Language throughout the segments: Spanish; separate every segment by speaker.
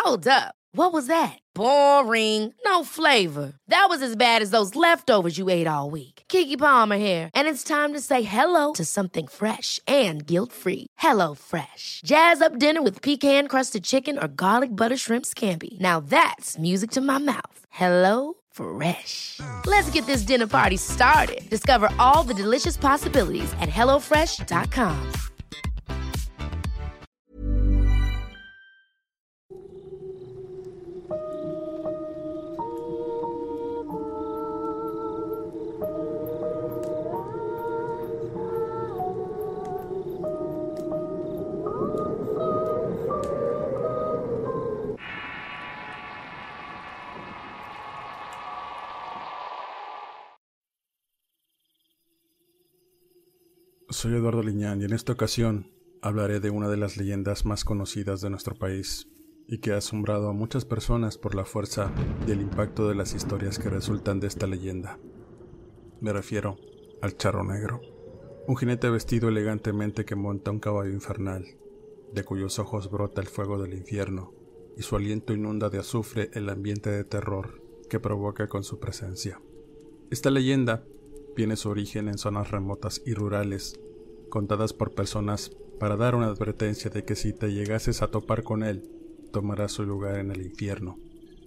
Speaker 1: Hold up. What was that? Boring. No flavor. That was as bad as those leftovers you ate all week. Keke Palmer here, and it's time to say hello to something fresh and guilt-free. Hello Fresh. Jazz up dinner with pecan-crusted chicken or garlic butter shrimp scampi. Now that's music to my mouth. Hello Fresh. Let's get this dinner party started. Discover all the delicious possibilities at hellofresh.com.
Speaker 2: Soy Eduardo Liñán y en esta ocasión hablaré de una de las leyendas más conocidas de nuestro país y que ha asombrado a muchas personas por la fuerza y el impacto de las historias que resultan de esta leyenda. Me refiero al Charro Negro, un jinete vestido elegantemente que monta un caballo infernal, de cuyos ojos brota el fuego del infierno y su aliento inunda de azufre el ambiente de terror que provoca con su presencia. Esta leyenda tiene su origen en zonas remotas y rurales, contadas por personas para dar una advertencia de que si te llegases a topar con él, tomarás su lugar en el infierno.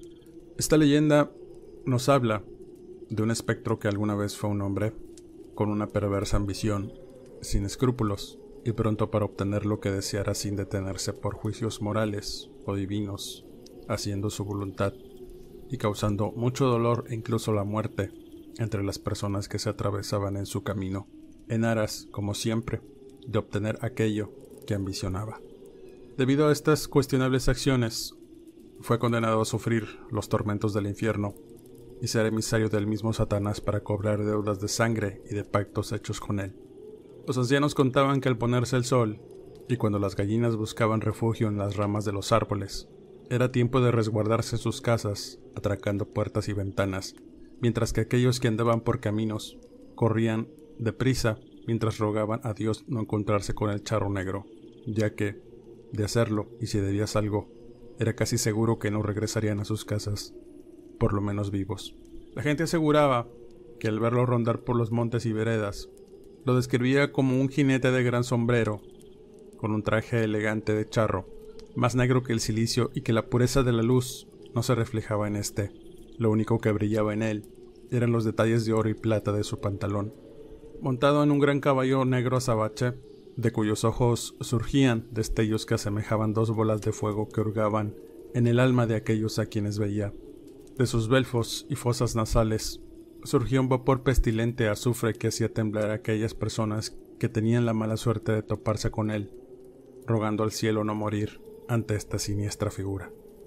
Speaker 2: Esta leyenda nos habla de un espectro que alguna vez fue un hombre, con una perversa ambición, sin escrúpulos, y pronto para obtener lo que deseara sin detenerse por juicios morales o divinos, haciendo su voluntad, y causando mucho dolor e incluso la muerte entre las personas que se atravesaban en su camino, en aras, como siempre, de obtener aquello que ambicionaba. Debido a estas cuestionables acciones, fue condenado a sufrir los tormentos del infierno y ser emisario del mismo Satanás para cobrar deudas de sangre y de pactos hechos con él. Los ancianos contaban que al ponerse el sol, y cuando las gallinas buscaban refugio en las ramas de los árboles, era tiempo de resguardarse en sus casas, atracando puertas y ventanas, mientras que aquellos que andaban por caminos corrían deprisa mientras rogaban a Dios no encontrarse con el Charro Negro, ya que, de hacerlo, y si debías algo, era casi seguro que no regresarían a sus casas, por lo menos vivos. La gente aseguraba que al verlo rondar por los montes y veredas, lo describía como un jinete de gran sombrero, con un traje elegante de charro, más negro que el silicio y que la pureza de la luz no se reflejaba en éste. Lo único que brillaba en él eran los detalles de oro y plata de su pantalón. Montado en un gran caballo negro azabache, de cuyos ojos surgían destellos que asemejaban dos bolas de fuego que hurgaban en el alma de aquellos a quienes veía. De sus belfos y fosas nasales surgía un vapor pestilente azufre que hacía temblar a aquellas personas que tenían la mala suerte de toparse con él, rogando al cielo no morir ante esta siniestra figura.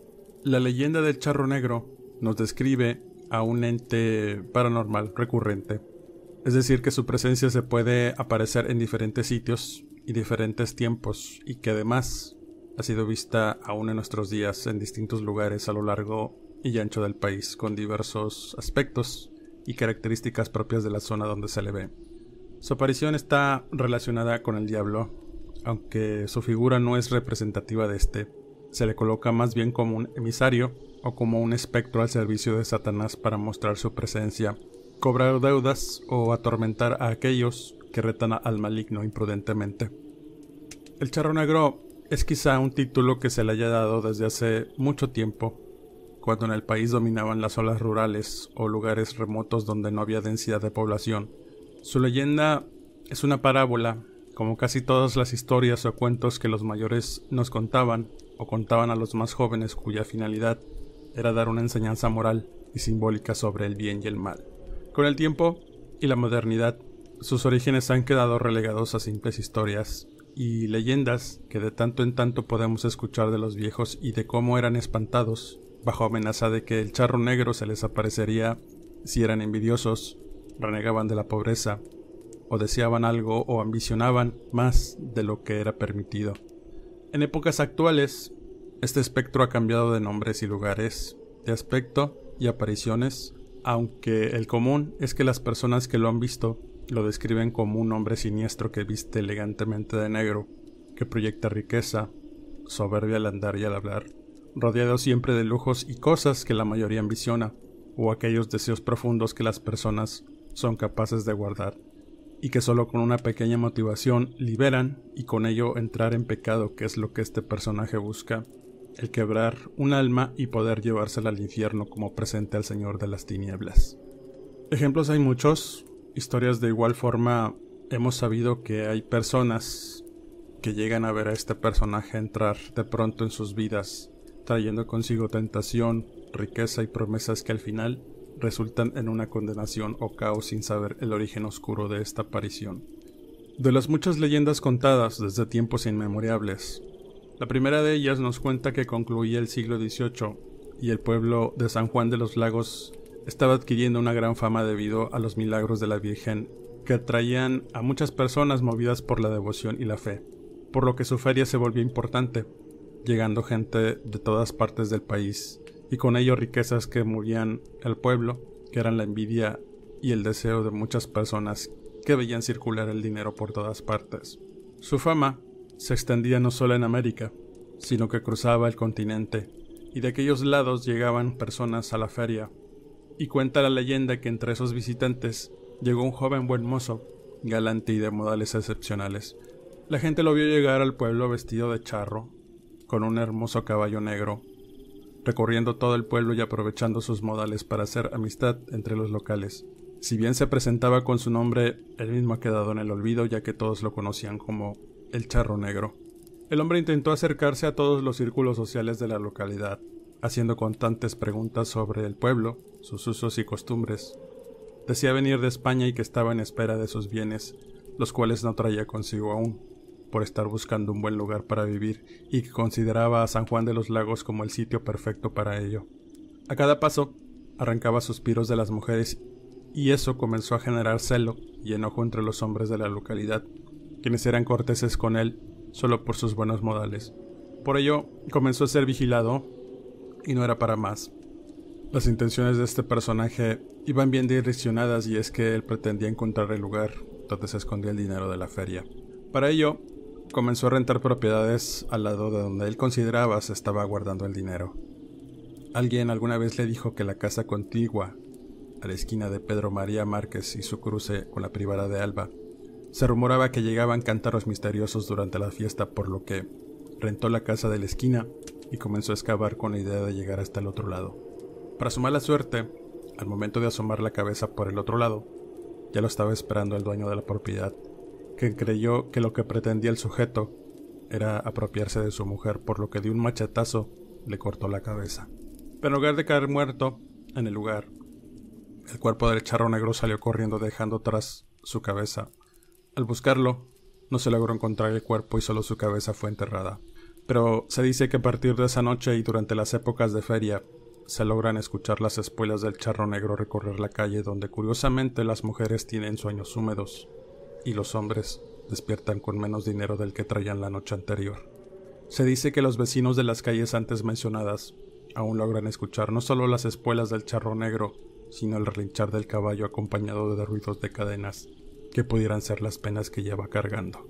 Speaker 2: La leyenda del Charro Negro nos describe a un ente paranormal recurrente, es decir, que su presencia se puede aparecer en diferentes sitios y diferentes tiempos, y que además ha sido vista aún en nuestros días en distintos lugares a lo largo y ancho del país, con diversos aspectos y características propias de la zona donde se le ve. Su aparición está relacionada con el diablo, aunque su figura no es representativa de este. Se le coloca más bien como un emisario o como un espectro al servicio de Satanás para mostrar su presencia, cobrar deudas o atormentar a aquellos que retan al maligno imprudentemente. El Charro Negro es quizá un título que se le haya dado desde hace mucho tiempo, cuando en el país dominaban las zonas rurales o lugares remotos donde no había densidad de población. Su leyenda es una parábola, como casi todas las historias o cuentos que los mayores nos contaban o contaban a los más jóvenes, cuya finalidad era dar una enseñanza moral y simbólica sobre el bien y el mal. Con el tiempo y la modernidad, sus orígenes han quedado relegados a simples historias y leyendas que de tanto en tanto podemos escuchar de los viejos y de cómo eran espantados bajo amenaza de que el Charro Negro se les aparecería si eran envidiosos, renegaban de la pobreza, o deseaban algo o ambicionaban más de lo que era permitido. En épocas actuales, este espectro ha cambiado de nombres y lugares, de aspecto y apariciones, aunque el común es que las personas que lo han visto lo describen como un hombre siniestro que viste elegantemente de negro, que proyecta riqueza, soberbia al andar y al hablar, rodeado siempre de lujos y cosas que la mayoría ambiciona, o aquellos deseos profundos que las personas son capaces de guardar, y que solo con una pequeña motivación liberan y con ello entrar en pecado, que es lo que este personaje busca, el quebrar un alma y poder llevársela al infierno como presente al Señor de las Tinieblas. Ejemplos hay muchos, historias de igual forma hemos sabido que hay personas que llegan a ver a este personaje entrar de pronto en sus vidas, trayendo consigo tentación, riqueza y promesas que al final resultan en una condenación o caos sin saber el origen oscuro de esta aparición. De las muchas leyendas contadas desde tiempos inmemorables, la primera de ellas nos cuenta que concluía el siglo XVIII y el pueblo de San Juan de los Lagos estaba adquiriendo una gran fama debido a los milagros de la Virgen que atraían a muchas personas movidas por la devoción y la fe, por lo que su feria se volvió importante, llegando gente de todas partes del país y con ello riquezas que movían el pueblo, que eran la envidia y el deseo de muchas personas que veían circular el dinero por todas partes. Su fama se extendía no solo en América, sino que cruzaba el continente, y de aquellos lados llegaban personas a la feria, y cuenta la leyenda que entre esos visitantes llegó un joven buen mozo, galante y de modales excepcionales. La gente lo vio llegar al pueblo vestido de charro, con un hermoso caballo negro, recorriendo todo el pueblo y aprovechando sus modales para hacer amistad entre los locales. Si bien se presentaba con su nombre, él mismo ha quedado en el olvido ya que todos lo conocían como el Charro Negro. El hombre intentó acercarse a todos los círculos sociales de la localidad, haciendo constantes preguntas sobre el pueblo, sus usos y costumbres. Decía venir de España y que estaba en espera de sus bienes, los cuales no traía consigo aún, por estar buscando un buen lugar para vivir y que consideraba a San Juan de los Lagos como el sitio perfecto para ello. A cada paso, arrancaba suspiros de las mujeres y eso comenzó a generar celo y enojo entre los hombres de la localidad, quienes eran corteses con él solo por sus buenos modales. Por ello, comenzó a ser vigilado y no era para más. Las intenciones de este personaje iban bien direccionadas y es que él pretendía encontrar el lugar donde se escondía el dinero de la feria. Para ello, comenzó a rentar propiedades al lado de donde él consideraba se estaba guardando el dinero. Alguien alguna vez le dijo que la casa contigua, a la esquina de Pedro María Márquez y su cruce con la Privada de Alba, se rumoraba que llegaban cántaros misteriosos durante la fiesta, por lo que rentó la casa de la esquina y comenzó a excavar con la idea de llegar hasta el otro lado. Para su mala suerte, al momento de asomar la cabeza por el otro lado, ya lo estaba esperando el dueño de la propiedad, que creyó que lo que pretendía el sujeto era apropiarse de su mujer, por lo que de un machetazo le cortó la cabeza. Pero en lugar de caer muerto en el lugar, el cuerpo del Charro Negro salió corriendo dejando tras su cabeza. Al buscarlo, no se logró encontrar el cuerpo y solo su cabeza fue enterrada. Pero se dice que a partir de esa noche y durante las épocas de feria, se logran escuchar las espuelas del Charro Negro recorrer la calle, donde curiosamente las mujeres tienen sueños húmedos y los hombres despiertan con menos dinero del que traían la noche anterior. Se dice que los vecinos de las calles antes mencionadas aún logran escuchar no solo las espuelas del Charro Negro, sino el relinchar del caballo acompañado de ruidos de cadenas, que pudieran ser las penas que lleva cargando.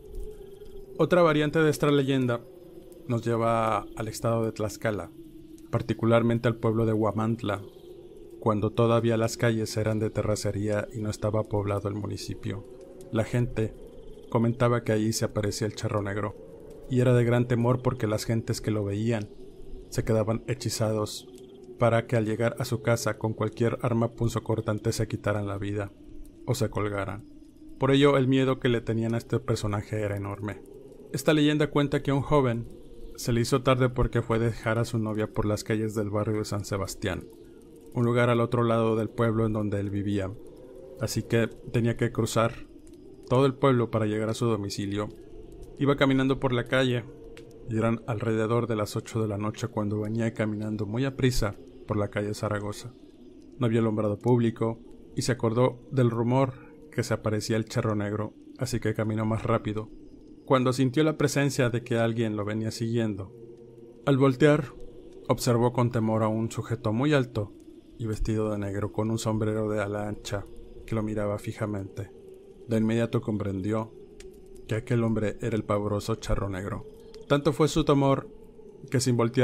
Speaker 2: Otra variante de esta leyenda nos lleva al estado de Tlaxcala, particularmente al pueblo de Huamantla, cuando todavía las calles eran de terracería y no estaba poblado el municipio. La gente comentaba que allí se aparecía el Charro Negro, y era de gran temor porque las gentes que lo veían se quedaban hechizados para que al llegar a su casa con cualquier arma punzocortante se quitaran la vida o se colgaran. Por ello el miedo que le tenían a este personaje era enorme. Esta leyenda cuenta que a un joven se le hizo tarde porque fue a dejar a su novia por las calles del barrio de San Sebastián, un lugar al otro lado del pueblo en donde él vivía, así que tenía que cruzar todo el pueblo para llegar a su domicilio. Iba caminando por la calle y eran alrededor de las 8 de la noche cuando venía caminando muy aprisa por la calle Zaragoza. No había alumbrado público y se acordó del rumor que se aparecía el Charro Negro, así que caminó más rápido, cuando sintió la presencia de que alguien lo venía siguiendo. Al voltear, observó con temor a un sujeto muy alto y vestido de negro con un sombrero de ala ancha que lo miraba fijamente. De inmediato comprendió que aquel hombre era el pavoroso Charro Negro. Tanto fue su temor que sin voltear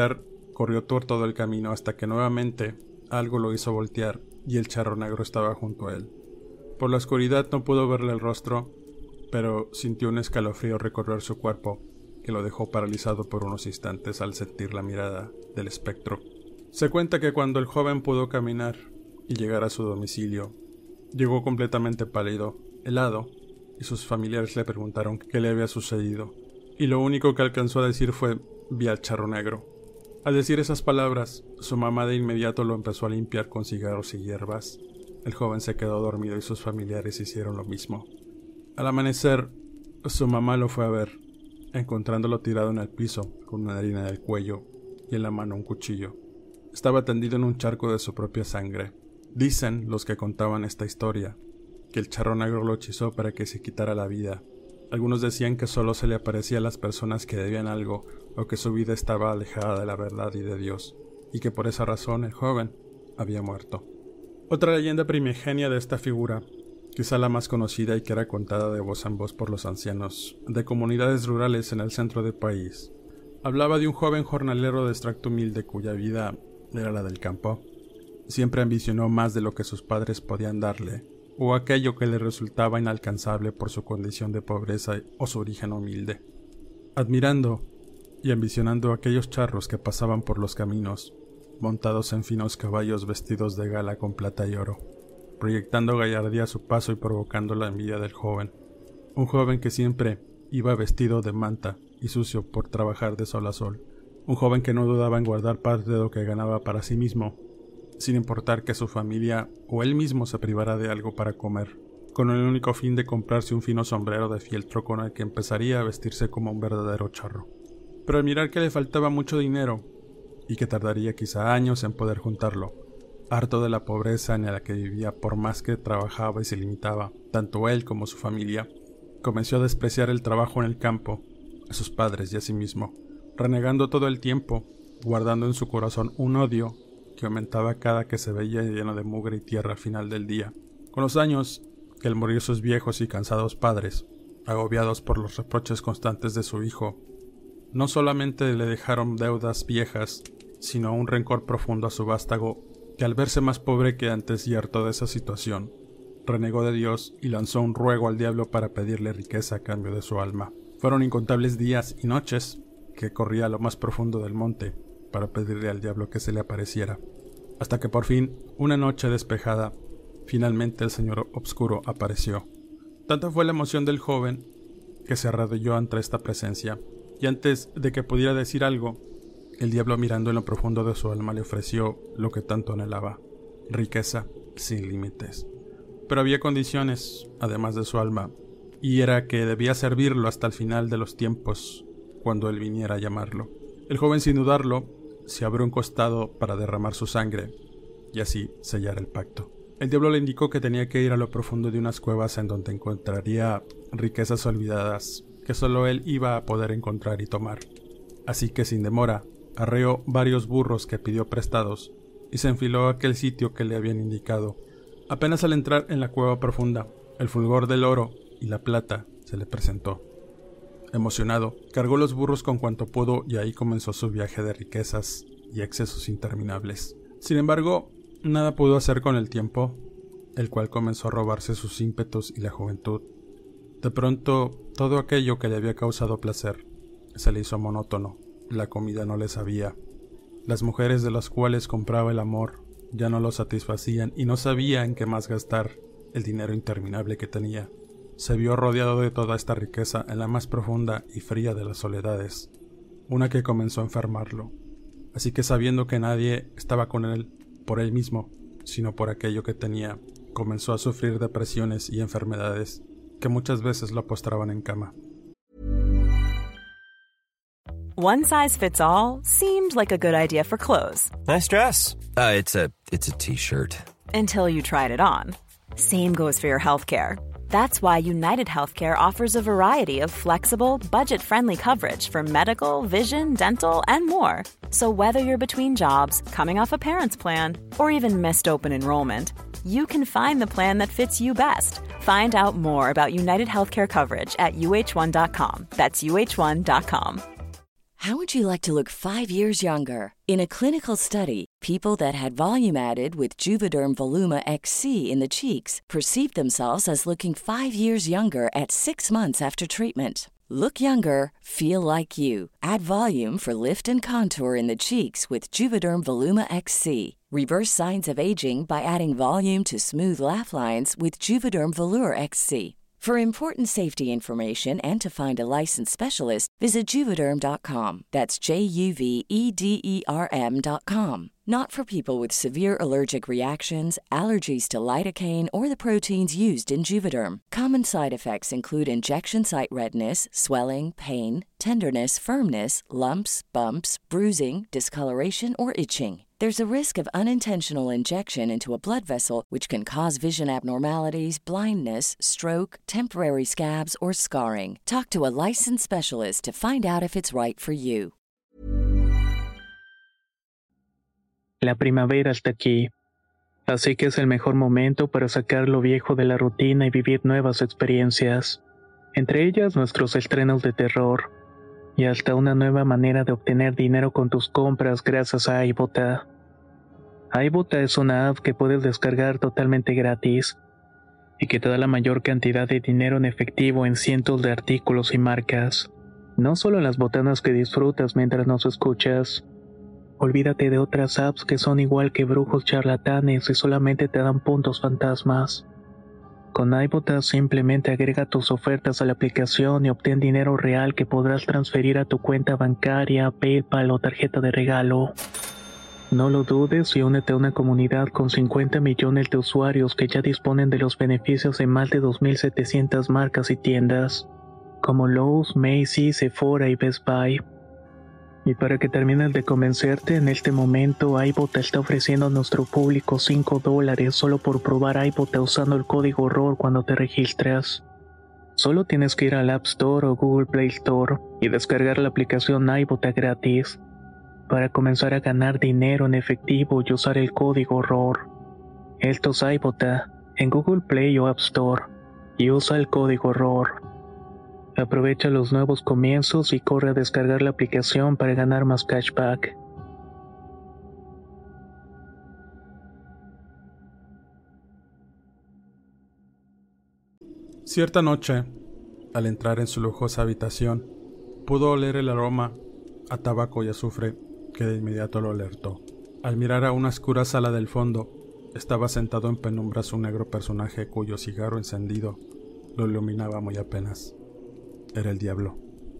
Speaker 2: corrió por todo el camino hasta que nuevamente algo lo hizo voltear y el charro negro estaba junto a él. Por la oscuridad no pudo verle el rostro, pero sintió un escalofrío recorrer su cuerpo que lo dejó paralizado por unos instantes al sentir la mirada del espectro. Se cuenta que cuando el joven pudo caminar y llegar a su domicilio, llegó completamente pálido, helado, y sus familiares le preguntaron qué le había sucedido, y lo único que alcanzó a decir fue: vi al charro negro. Al decir esas palabras, su mamá de inmediato lo empezó a limpiar con cigarros y hierbas. El joven se quedó dormido y sus familiares hicieron lo mismo. Al amanecer, su mamá lo fue a ver, encontrándolo tirado en el piso, con una herida en el cuello y en la mano un cuchillo. Estaba tendido en un charco de su propia sangre. Dicen los que contaban esta historia que el charro negro lo hechizó para que se quitara la vida. Algunos decían que solo se le aparecía a las personas que debían algo o que su vida estaba alejada de la verdad y de Dios, y que por esa razón el joven había muerto. Otra leyenda primigenia de esta figura, quizá la más conocida y que era contada de voz en voz por los ancianos de comunidades rurales en el centro del país, hablaba de un joven jornalero de extracto humilde cuya vida era la del campo. Siempre ambicionó más de lo que sus padres podían darle, o aquello que le resultaba inalcanzable por su condición de pobreza o su origen humilde. Admirando y ambicionando aquellos charros que pasaban por los caminos, montados en finos caballos vestidos de gala con plata y oro, proyectando gallardía a su paso y provocando la envidia del joven. Un joven que siempre iba vestido de manta y sucio por trabajar de sol a sol. Un joven que no dudaba en guardar parte de lo que ganaba para sí mismo, sin importar que su familia o él mismo se privara de algo para comer, con el único fin de comprarse un fino sombrero de fieltro con el que empezaría a vestirse como un verdadero charro. Pero al mirar que le faltaba mucho dinero, y que tardaría quizá años en poder juntarlo, harto de la pobreza en la que vivía por más que trabajaba y se limitaba, tanto él como su familia, comenzó a despreciar el trabajo en el campo, a sus padres y a sí mismo, renegando todo el tiempo, guardando en su corazón un odio que aumentaba cada que se veía lleno de mugre y tierra al final del día. Con los años, que al morir sus viejos y cansados padres, agobiados por los reproches constantes de su hijo, no solamente le dejaron deudas viejas, sino un rencor profundo a su vástago, que al verse más pobre que antes y harto de esa situación, renegó de Dios y lanzó un ruego al diablo para pedirle riqueza a cambio de su alma. Fueron incontables días y noches que corría a lo más profundo del monte para pedirle al diablo que se le apareciera, hasta que por fin, una noche despejada, finalmente el señor obscuro apareció. Tanta fue la emoción del joven que se arrodilló ante esta presencia, y antes de que pudiera decir algo, el diablo, mirando en lo profundo de su alma, le ofreció lo que tanto anhelaba: riqueza sin límites. Pero había condiciones, además de su alma, y era que debía servirlo hasta el final de los tiempos, cuando él viniera a llamarlo. El joven, sin dudarlo, se abrió un costado para derramar su sangre, y así sellar el pacto. El diablo le indicó que tenía que ir a lo profundo de unas cuevas en donde encontraría riquezas olvidadas que solo él iba a poder encontrar y tomar. Así que sin demora, arreó varios burros que pidió prestados y se enfiló a aquel sitio que le habían indicado. Apenas al entrar en la cueva profunda, el fulgor del oro y la plata se le presentó. Emocionado, cargó los burros con cuanto pudo y ahí comenzó su viaje de riquezas y excesos interminables. Sin embargo, nada pudo hacer con el tiempo, el cual comenzó a robarse sus ímpetus y la juventud. De pronto, todo aquello que le había causado placer se le hizo monótono. La comida no le sabía. Las mujeres de las cuales compraba el amor ya no lo satisfacían y no sabía en qué más gastar el dinero interminable que tenía. Se vio rodeado de toda esta riqueza en la más profunda y fría de las soledades, una que comenzó a enfermarlo. Así que, sabiendo que nadie estaba con él por él mismo, sino por aquello que tenía, comenzó a sufrir depresiones y enfermedades que muchas veces lo postraban en cama.
Speaker 3: One size fits all seemed like a good idea for clothes.
Speaker 4: Nice dress. It's a t-shirt.
Speaker 3: Until you tried it on. Same goes for your healthcare. That's why United Healthcare offers a variety of flexible, budget-friendly coverage for medical, vision, dental, and more. So whether you're between jobs, coming off a parent's plan, or even missed open enrollment, you can find the plan that fits you best. Find out more about United Healthcare coverage at uh1.com. That's uh1.com.
Speaker 5: How would you like to look 5 years younger? In a clinical study, people that had volume added with Juvederm Voluma XC in the cheeks perceived themselves as looking 5 years younger at 6 months after treatment. Look younger, feel like you. Add volume for lift and contour in the cheeks with Juvederm Voluma XC. Reverse signs of aging by adding volume to smooth laugh lines with Juvederm Volure XC. For important safety information and to find a licensed specialist, visit Juvederm.com. That's JUVEDERM.com. Not for people with severe allergic reactions, allergies to lidocaine, or the proteins used in Juvederm. Common side effects include injection site redness, swelling, pain, tenderness, firmness, lumps, bumps, bruising, discoloration, or itching. There's a risk of unintentional injection into a blood vessel, which can cause vision abnormalities, blindness, stroke, temporary scabs, or scarring. Talk to a licensed specialist to find out if it's right for you.
Speaker 6: La primavera está aquí, así que es el mejor momento para sacar lo viejo de la rutina y vivir nuevas experiencias, entre ellas nuestros estrenos de terror, y hasta una nueva manera de obtener dinero con tus compras gracias a iBota. iBota es una app que puedes descargar totalmente gratis y que te da la mayor cantidad de dinero en efectivo en cientos de artículos y marcas, no solo en las botanas que disfrutas mientras nos escuchas. Olvídate de otras apps que son igual que brujos charlatanes y solamente te dan puntos fantasmas. Con iBota simplemente agrega tus ofertas a la aplicación y obtén dinero real que podrás transferir a tu cuenta bancaria, PayPal o tarjeta de regalo. No lo dudes y únete a una comunidad con 50 millones de usuarios que ya disponen de los beneficios de más de 2.700 marcas y tiendas, como Lowe's, Macy's, Sephora y Best Buy. Y para que termines de convencerte, en este momento iBota está ofreciendo a nuestro público $5 solo por probar iBota usando el código ROR cuando te registras. Solo tienes que ir al App Store o Google Play Store y descargar la aplicación iBota gratis para comenzar a ganar dinero en efectivo y usar el código ROR. Esto es iBota en Google Play o App Store y usa el código ROR. Aprovecha los nuevos comienzos y corre a descargar la aplicación para ganar más cashback.
Speaker 2: Cierta noche, al entrar en su lujosa habitación, pudo oler el aroma a tabaco y azufre que de inmediato lo alertó. Al mirar a una oscura sala del fondo, estaba sentado en penumbras un negro personaje cuyo cigarro encendido lo iluminaba muy apenas. Era el diablo.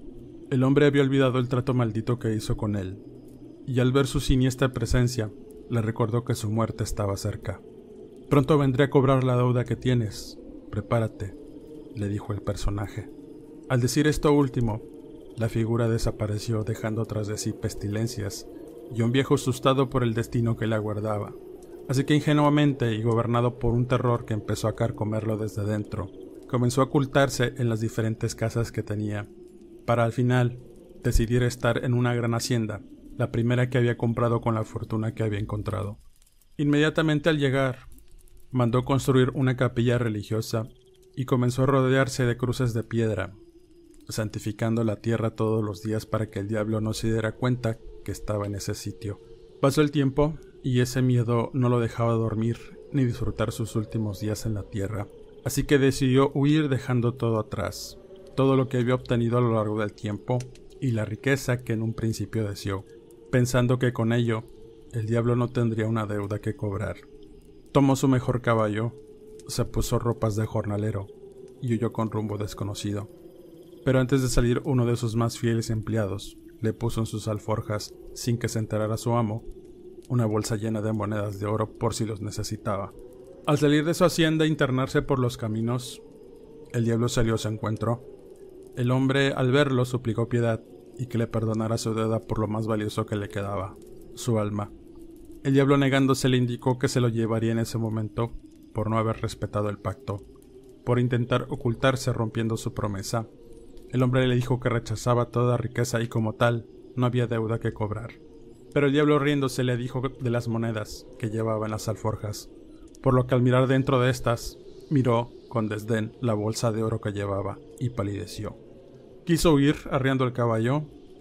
Speaker 2: El hombre había olvidado el trato maldito que hizo con él, y al ver su siniestra presencia, le recordó que su muerte estaba cerca. Pronto vendré a cobrar la deuda que tienes. Prepárate, le dijo el personaje. Al decir esto último, la figura desapareció dejando tras de sí pestilencias y un viejo asustado por el destino que le aguardaba. Así que ingenuamente y gobernado por un terror que empezó a carcomerlo desde dentro, comenzó a ocultarse en las diferentes casas que tenía, para al final decidir estar en una gran hacienda, la primera que había comprado con la fortuna que había encontrado. Inmediatamente al llegar, mandó construir una capilla religiosa y comenzó a rodearse de cruces de piedra, santificando la tierra todos los días para que el diablo no se diera cuenta que estaba en ese sitio. Pasó el tiempo y ese miedo no lo dejaba dormir ni disfrutar sus últimos días en la tierra. Así que decidió huir dejando todo atrás, todo lo que había obtenido a lo largo del tiempo y la riqueza que en un principio deseó, pensando que con ello el diablo no tendría una deuda que cobrar. Tomó su mejor caballo, se puso ropas de jornalero y huyó con rumbo desconocido. Pero antes de salir, uno de sus más fieles empleados le puso en sus alforjas, sin que se enterara su amo, una bolsa llena de monedas de oro por si los necesitaba. Al salir de su hacienda e internarse por los caminos, el diablo salió a su encuentro. El hombre, al verlo, suplicó piedad y que le perdonara su deuda por lo más valioso que le quedaba, su alma. El diablo, negándose, le indicó que se lo llevaría en ese momento por no haber respetado el pacto, por intentar ocultarse rompiendo su promesa. El hombre le dijo que rechazaba toda riqueza y como tal no había deuda que cobrar. Pero el diablo, riéndose, le dijo de las monedas que llevaba en las alforjas, por lo que al mirar dentro de estas, miró con desdén la bolsa de oro que llevaba y palideció. Quiso huir arriando el caballo,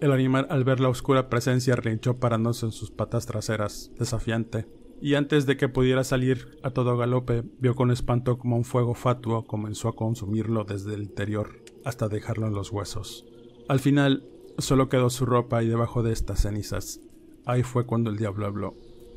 Speaker 2: El animal, al ver la oscura presencia, relinchó parándose en sus patas traseras, desafiante, y antes de que pudiera salir a todo galope, vio con espanto como un fuego fatuo comenzó a consumirlo desde el interior hasta dejarlo en los huesos. Al final, solo quedó su ropa y debajo de estas cenizas. Ahí fue cuando el diablo habló.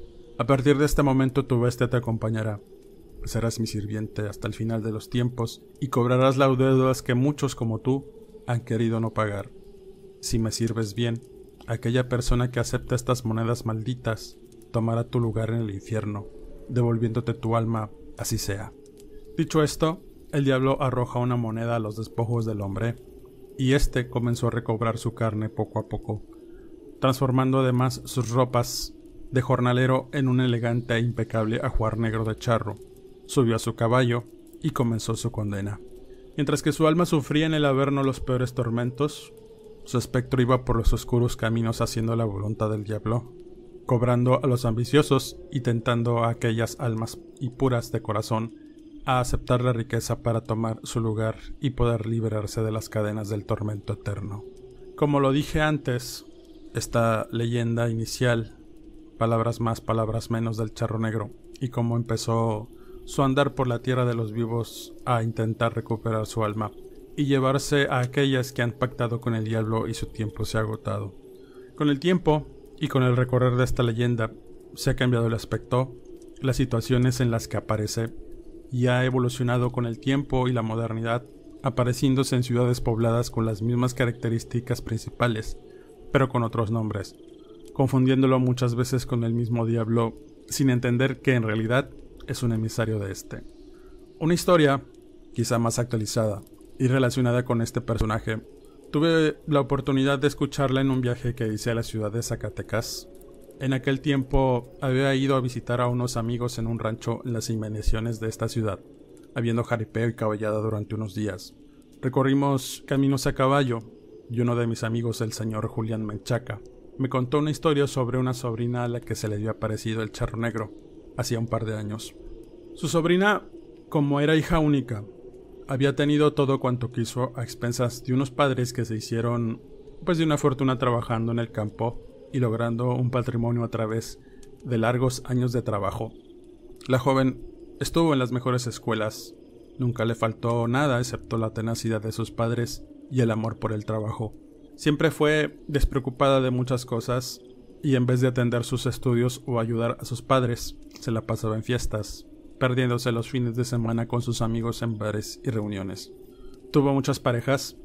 Speaker 2: A partir de este momento tu bestia te acompañará. Serás mi sirviente hasta el final de los tiempos y cobrarás las deudas que muchos como tú han querido no pagar. Si me sirves bien, aquella persona que acepta estas monedas malditas tomará tu lugar en el infierno, devolviéndote tu alma, así sea. Dicho esto, el diablo arroja una moneda a los despojos del hombre, y éste comenzó a recobrar su carne poco a poco, transformando además sus ropas de jornalero en un elegante e impecable ajuar negro de charro. Subió a su caballo y comenzó su condena. Mientras que su alma sufría en el averno los peores tormentos, su espectro iba por los oscuros caminos haciendo la voluntad del diablo, cobrando a los ambiciosos y tentando a aquellas almas impuras de corazón a aceptar la riqueza para tomar su lugar y poder liberarse de las cadenas del tormento eterno. Como lo dije antes, esta leyenda inicial, palabras más, palabras menos del charro negro, y cómo empezó su andar por la tierra de los vivos a intentar recuperar su alma y llevarse a aquellas que han pactado con el diablo y su tiempo se ha agotado. Con el tiempo y con el recorrer de esta leyenda se ha cambiado el aspecto, las situaciones en las que aparece y ha evolucionado con el tiempo y la modernidad, apareciéndose en ciudades pobladas con las mismas características principales, pero con otros nombres, confundiéndolo muchas veces con el mismo diablo, sin entender que en realidad es un emisario de este. Una historia, quizá más actualizada y relacionada con este personaje, tuve la oportunidad de escucharla en un viaje que hice a la ciudad de Zacatecas. En aquel tiempo había ido a visitar a unos amigos en un rancho en las inmediaciones de esta ciudad, habiendo jaripeo y caballada durante unos días. Recorrimos caminos a caballo, y uno de mis amigos, el señor Julián Menchaca, me contó una historia sobre una sobrina a la que se le había aparecido el charro negro, hacía un par de años. Su sobrina, como era hija única, había tenido todo cuanto quiso a expensas de unos padres que se hicieron de una fortuna trabajando en el campo y logrando un patrimonio a través de largos años de trabajo. La joven estuvo en las mejores escuelas, nunca le faltó nada excepto la tenacidad de sus padres y el amor por el trabajo. Siempre fue despreocupada de muchas cosas y en vez de atender sus estudios o ayudar a sus padres, se la pasaba en fiestas, perdiéndose los fines de semana con sus amigos en bares y reuniones. Tuvo muchas parejas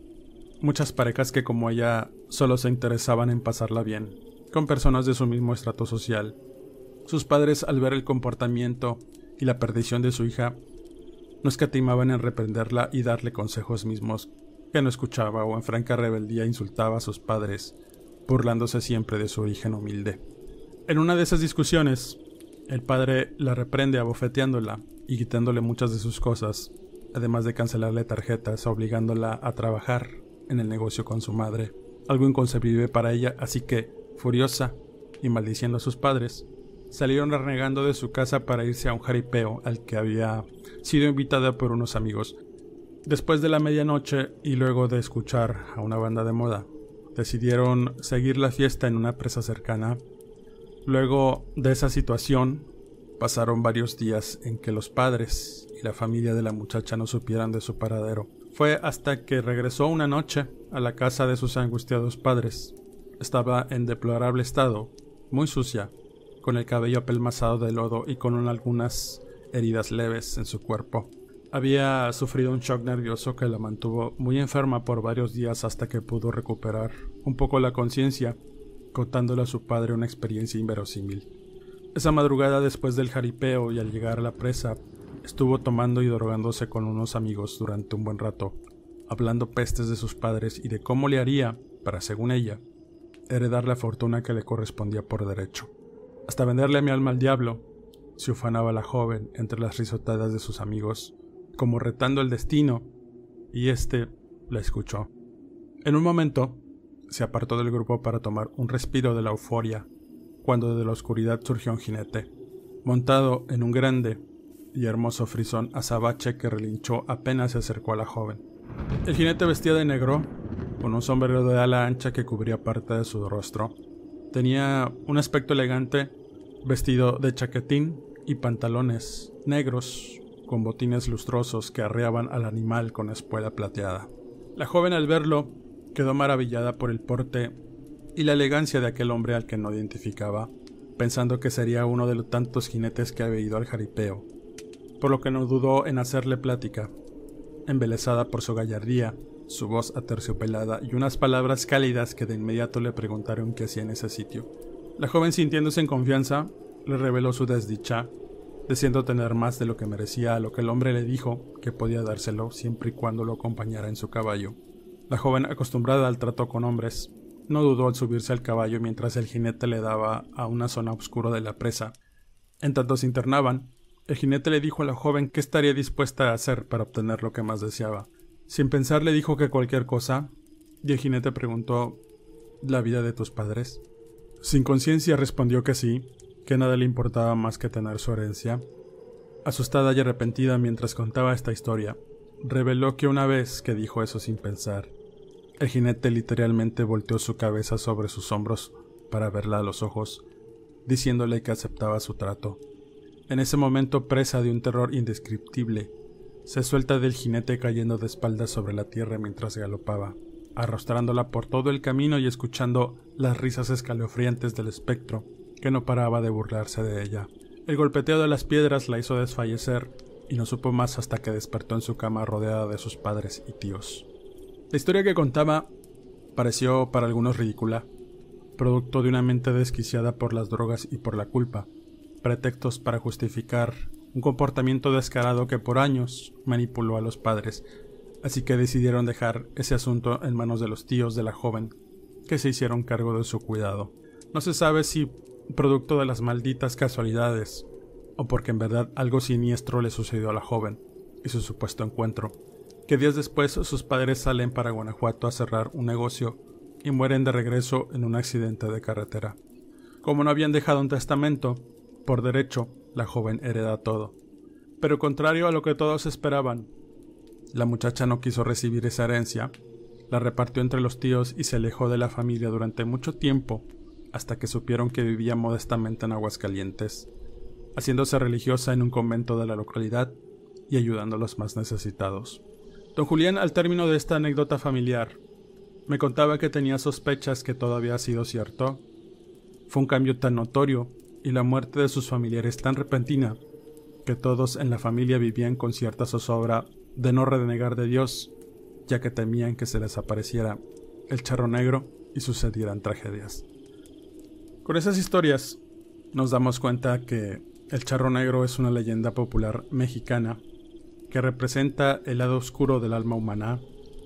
Speaker 2: que como ella solo se interesaban en pasarla bien, con personas de su mismo estrato social. Sus padres, al ver el comportamiento y la perdición de su hija, no escatimaban en reprenderla y darle consejos mismos que no escuchaba, o en franca rebeldía insultaba a sus padres, burlándose siempre de su origen humilde. En una de esas discusiones, el padre la reprende abofeteándola y quitándole muchas de sus cosas, además de cancelarle tarjetas, obligándola a trabajar en el negocio con su madre, algo inconcebible para ella, así que, furiosa y maldiciendo a sus padres, salieron renegando de su casa para irse a un jaripeo al que había sido invitada por unos amigos. Después de la medianoche y luego de escuchar a una banda de moda, decidieron seguir la fiesta en una presa cercana. Luego de esa situación, pasaron varios días en que los padres y la familia de la muchacha no supieran de su paradero. Fue hasta que regresó una noche a la casa de sus angustiados padres. Estaba en deplorable estado, muy sucia, con el cabello apelmazado de lodo y con algunas heridas leves en su cuerpo. Había sufrido un shock nervioso que la mantuvo muy enferma por varios días hasta que pudo recuperar un poco la conciencia, contándole a su padre una experiencia inverosímil. Esa madrugada, después del jaripeo y al llegar a la presa, estuvo tomando y drogándose con unos amigos durante un buen rato, hablando pestes de sus padres y de cómo le haría, para, según ella, heredar la fortuna que le correspondía por derecho. Hasta venderle mi alma al diablo, se ufanaba la joven entre las risotadas de sus amigos, como retando el destino, y éste la escuchó. En un momento, se apartó del grupo para tomar un respiro de la euforia, cuando de la oscuridad surgió un jinete, montado en un grande y hermoso frisón azabache que relinchó apenas se acercó a la joven. El jinete vestía de negro, con un sombrero de ala ancha que cubría parte de su rostro. Tenía un aspecto elegante, vestido de chaquetín y pantalones negros, con botines lustrosos que arreaban al animal con espuela plateada. La joven, al verlo, quedó maravillada por el porte y la elegancia de aquel hombre al que no identificaba, pensando que sería uno de los tantos jinetes que había ido al jaripeo, por lo que no dudó en hacerle plática. Embelesada por su gallardía, su voz aterciopelada y unas palabras cálidas que de inmediato le preguntaron qué hacía en ese sitio. La joven, sintiéndose en confianza, le reveló su desdicha, deseando tener más de lo que merecía, a lo que el hombre le dijo que podía dárselo siempre y cuando lo acompañara en su caballo. La joven, acostumbrada al trato con hombres, no dudó al subirse al caballo mientras el jinete le daba a una zona oscura de la presa. En tanto se internaban, el jinete le dijo a la joven qué estaría dispuesta a hacer para obtener lo que más deseaba. Sin pensar le dijo que cualquier cosa, y el jinete preguntó: ¿la vida de tus padres? Sin conciencia respondió que sí, que nada le importaba más que tener su herencia. Asustada y arrepentida mientras contaba esta historia, reveló que una vez que dijo eso sin pensar, el jinete literalmente volteó su cabeza sobre sus hombros para verla a los ojos, diciéndole que aceptaba su trato. En ese momento, presa de un terror indescriptible, se suelta del jinete cayendo de espaldas sobre la tierra mientras galopaba, arrastrándola por todo el camino y escuchando las risas escalofriantes del espectro, que no paraba de burlarse de ella. El golpeteo de las piedras la hizo desfallecer y no supo más hasta que despertó en su cama rodeada de sus padres y tíos. La historia que contaba pareció para algunos ridícula, producto de una mente desquiciada por las drogas y por la culpa, pretextos para justificar un comportamiento descarado que por años manipuló a los padres, así que decidieron dejar ese asunto en manos de los tíos de la joven, que se hicieron cargo de su cuidado. No se sabe si producto de las malditas casualidades, o porque en verdad algo siniestro le sucedió a la joven y su supuesto encuentro, que días después sus padres salen para Guanajuato a cerrar un negocio y mueren de regreso en un accidente de carretera. Como no habían dejado un testamento, por derecho, la joven hereda todo. Pero contrario a lo que todos esperaban, la muchacha no quiso recibir esa herencia, la repartió entre los tíos y se alejó de la familia durante mucho tiempo, hasta que supieron que vivía modestamente en Aguascalientes, haciéndose religiosa en un convento de la localidad y ayudando a los más necesitados. Don Julián, al término de esta anécdota familiar, me contaba que tenía sospechas que todo había sido cierto. Fue un cambio tan notorio y la muerte de sus familiares tan repentina que todos en la familia vivían con cierta zozobra de no renegar de Dios, ya que temían que se les apareciera el charro negro y sucedieran tragedias. Con esas historias nos damos cuenta que el charro negro es una leyenda popular mexicana que representa el lado oscuro del alma humana,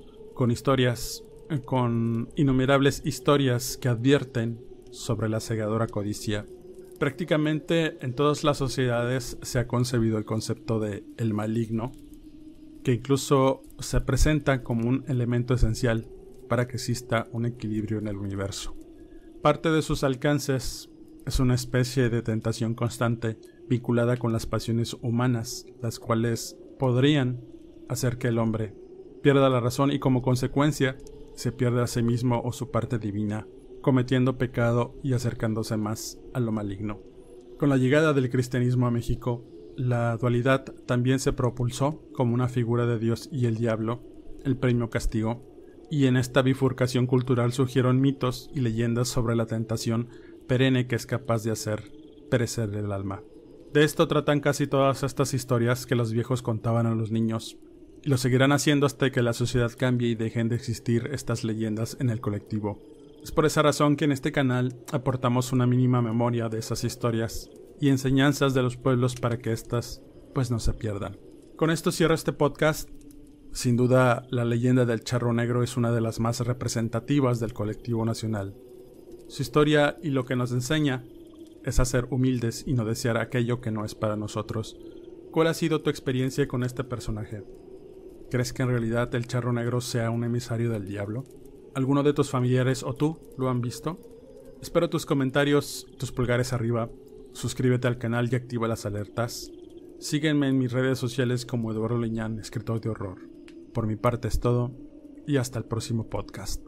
Speaker 2: con innumerables historias que advierten sobre la cegadora codicia. Prácticamente en todas las sociedades se ha concebido el concepto de el maligno, que incluso se presenta como un elemento esencial para que exista un equilibrio en el universo. Parte de sus alcances es una especie de tentación constante vinculada con las pasiones humanas, las cuales podrían hacer que el hombre pierda la razón y como consecuencia se pierda a sí mismo o su parte divina, cometiendo pecado y acercándose más a lo maligno. Con la llegada del cristianismo a México, la dualidad también se propulsó como una figura de Dios y el diablo, el premio castigo, y en esta bifurcación cultural surgieron mitos y leyendas sobre la tentación perenne que es capaz de hacer perecer el alma. De esto tratan casi todas estas historias que los viejos contaban a los niños, y lo seguirán haciendo hasta que la sociedad cambie y dejen de existir estas leyendas en el colectivo. Es por esa razón que en este canal aportamos una mínima memoria de esas historias y enseñanzas de los pueblos para que éstas pues no se pierdan. Con esto cierro este podcast. Sin duda, la leyenda del charro negro es una de las más representativas del colectivo nacional. Su historia y lo que nos enseña es a ser humildes y no desear aquello que no es para nosotros. ¿Cuál ha sido tu experiencia con este personaje? ¿Crees que en realidad el charro negro sea un emisario del diablo? ¿Alguno de tus familiares o tú lo han visto? Espero tus comentarios, tus pulgares arriba. Suscríbete al canal y activa las alertas. Sígueme en mis redes sociales como Eduardo Liñán, escritor de horror. Por mi parte es todo, y hasta el próximo podcast.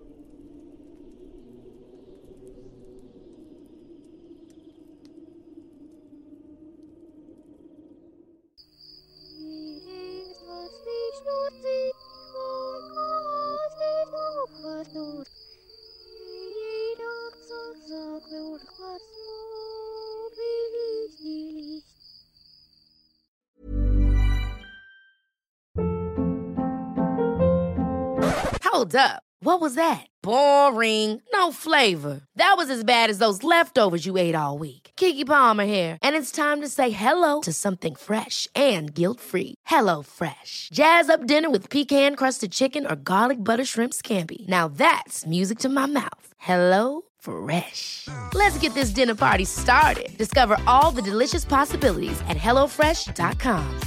Speaker 1: Hold up. What was that? Boring. No flavor. That was as bad as those leftovers you ate all week. Keke Palmer here, and it's time to say hello to something fresh and guilt-free. Hello Fresh. Jazz up dinner with pecan-crusted chicken or garlic butter shrimp scampi. Now that's music to my mouth. Hello Fresh. Let's get this dinner party started. Discover all the delicious possibilities at HelloFresh.com.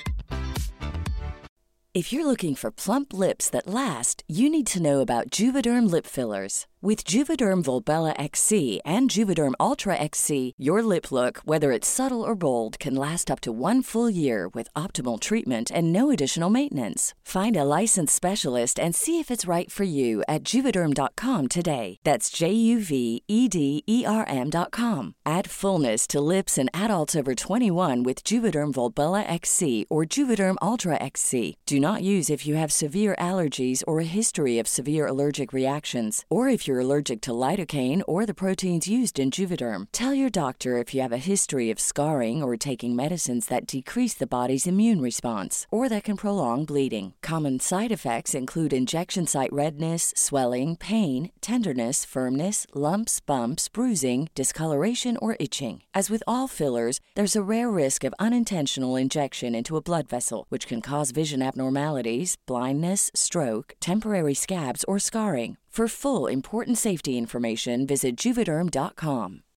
Speaker 5: If you're looking for plump lips that last, you need to know about Juvederm lip fillers. With Juvederm Volbella XC and Juvederm Ultra XC, your lip look, whether it's subtle or bold, can last up to 1 full year with optimal treatment and no additional maintenance. Find a licensed specialist and see if it's right for you at Juvederm.com today. That's JUVEDERM.com. Add fullness to lips in adults over 21 with Juvederm Volbella XC or Juvederm Ultra XC. Do not use if you have severe allergies or a history of severe allergic reactions, or if you're allergic to lidocaine or the proteins used in Juvederm. Tell your doctor if you have a history of scarring or taking medicines that decrease the body's immune response or that can prolong bleeding. Common side effects include injection site redness, swelling, pain, tenderness, firmness, lumps, bumps, bruising, discoloration, or itching. As with all fillers, there's a rare risk of unintentional injection into a blood vessel, which can cause vision abnormalities, blindness, stroke, temporary scabs, or scarring. For full, important safety information, visit Juvederm.com.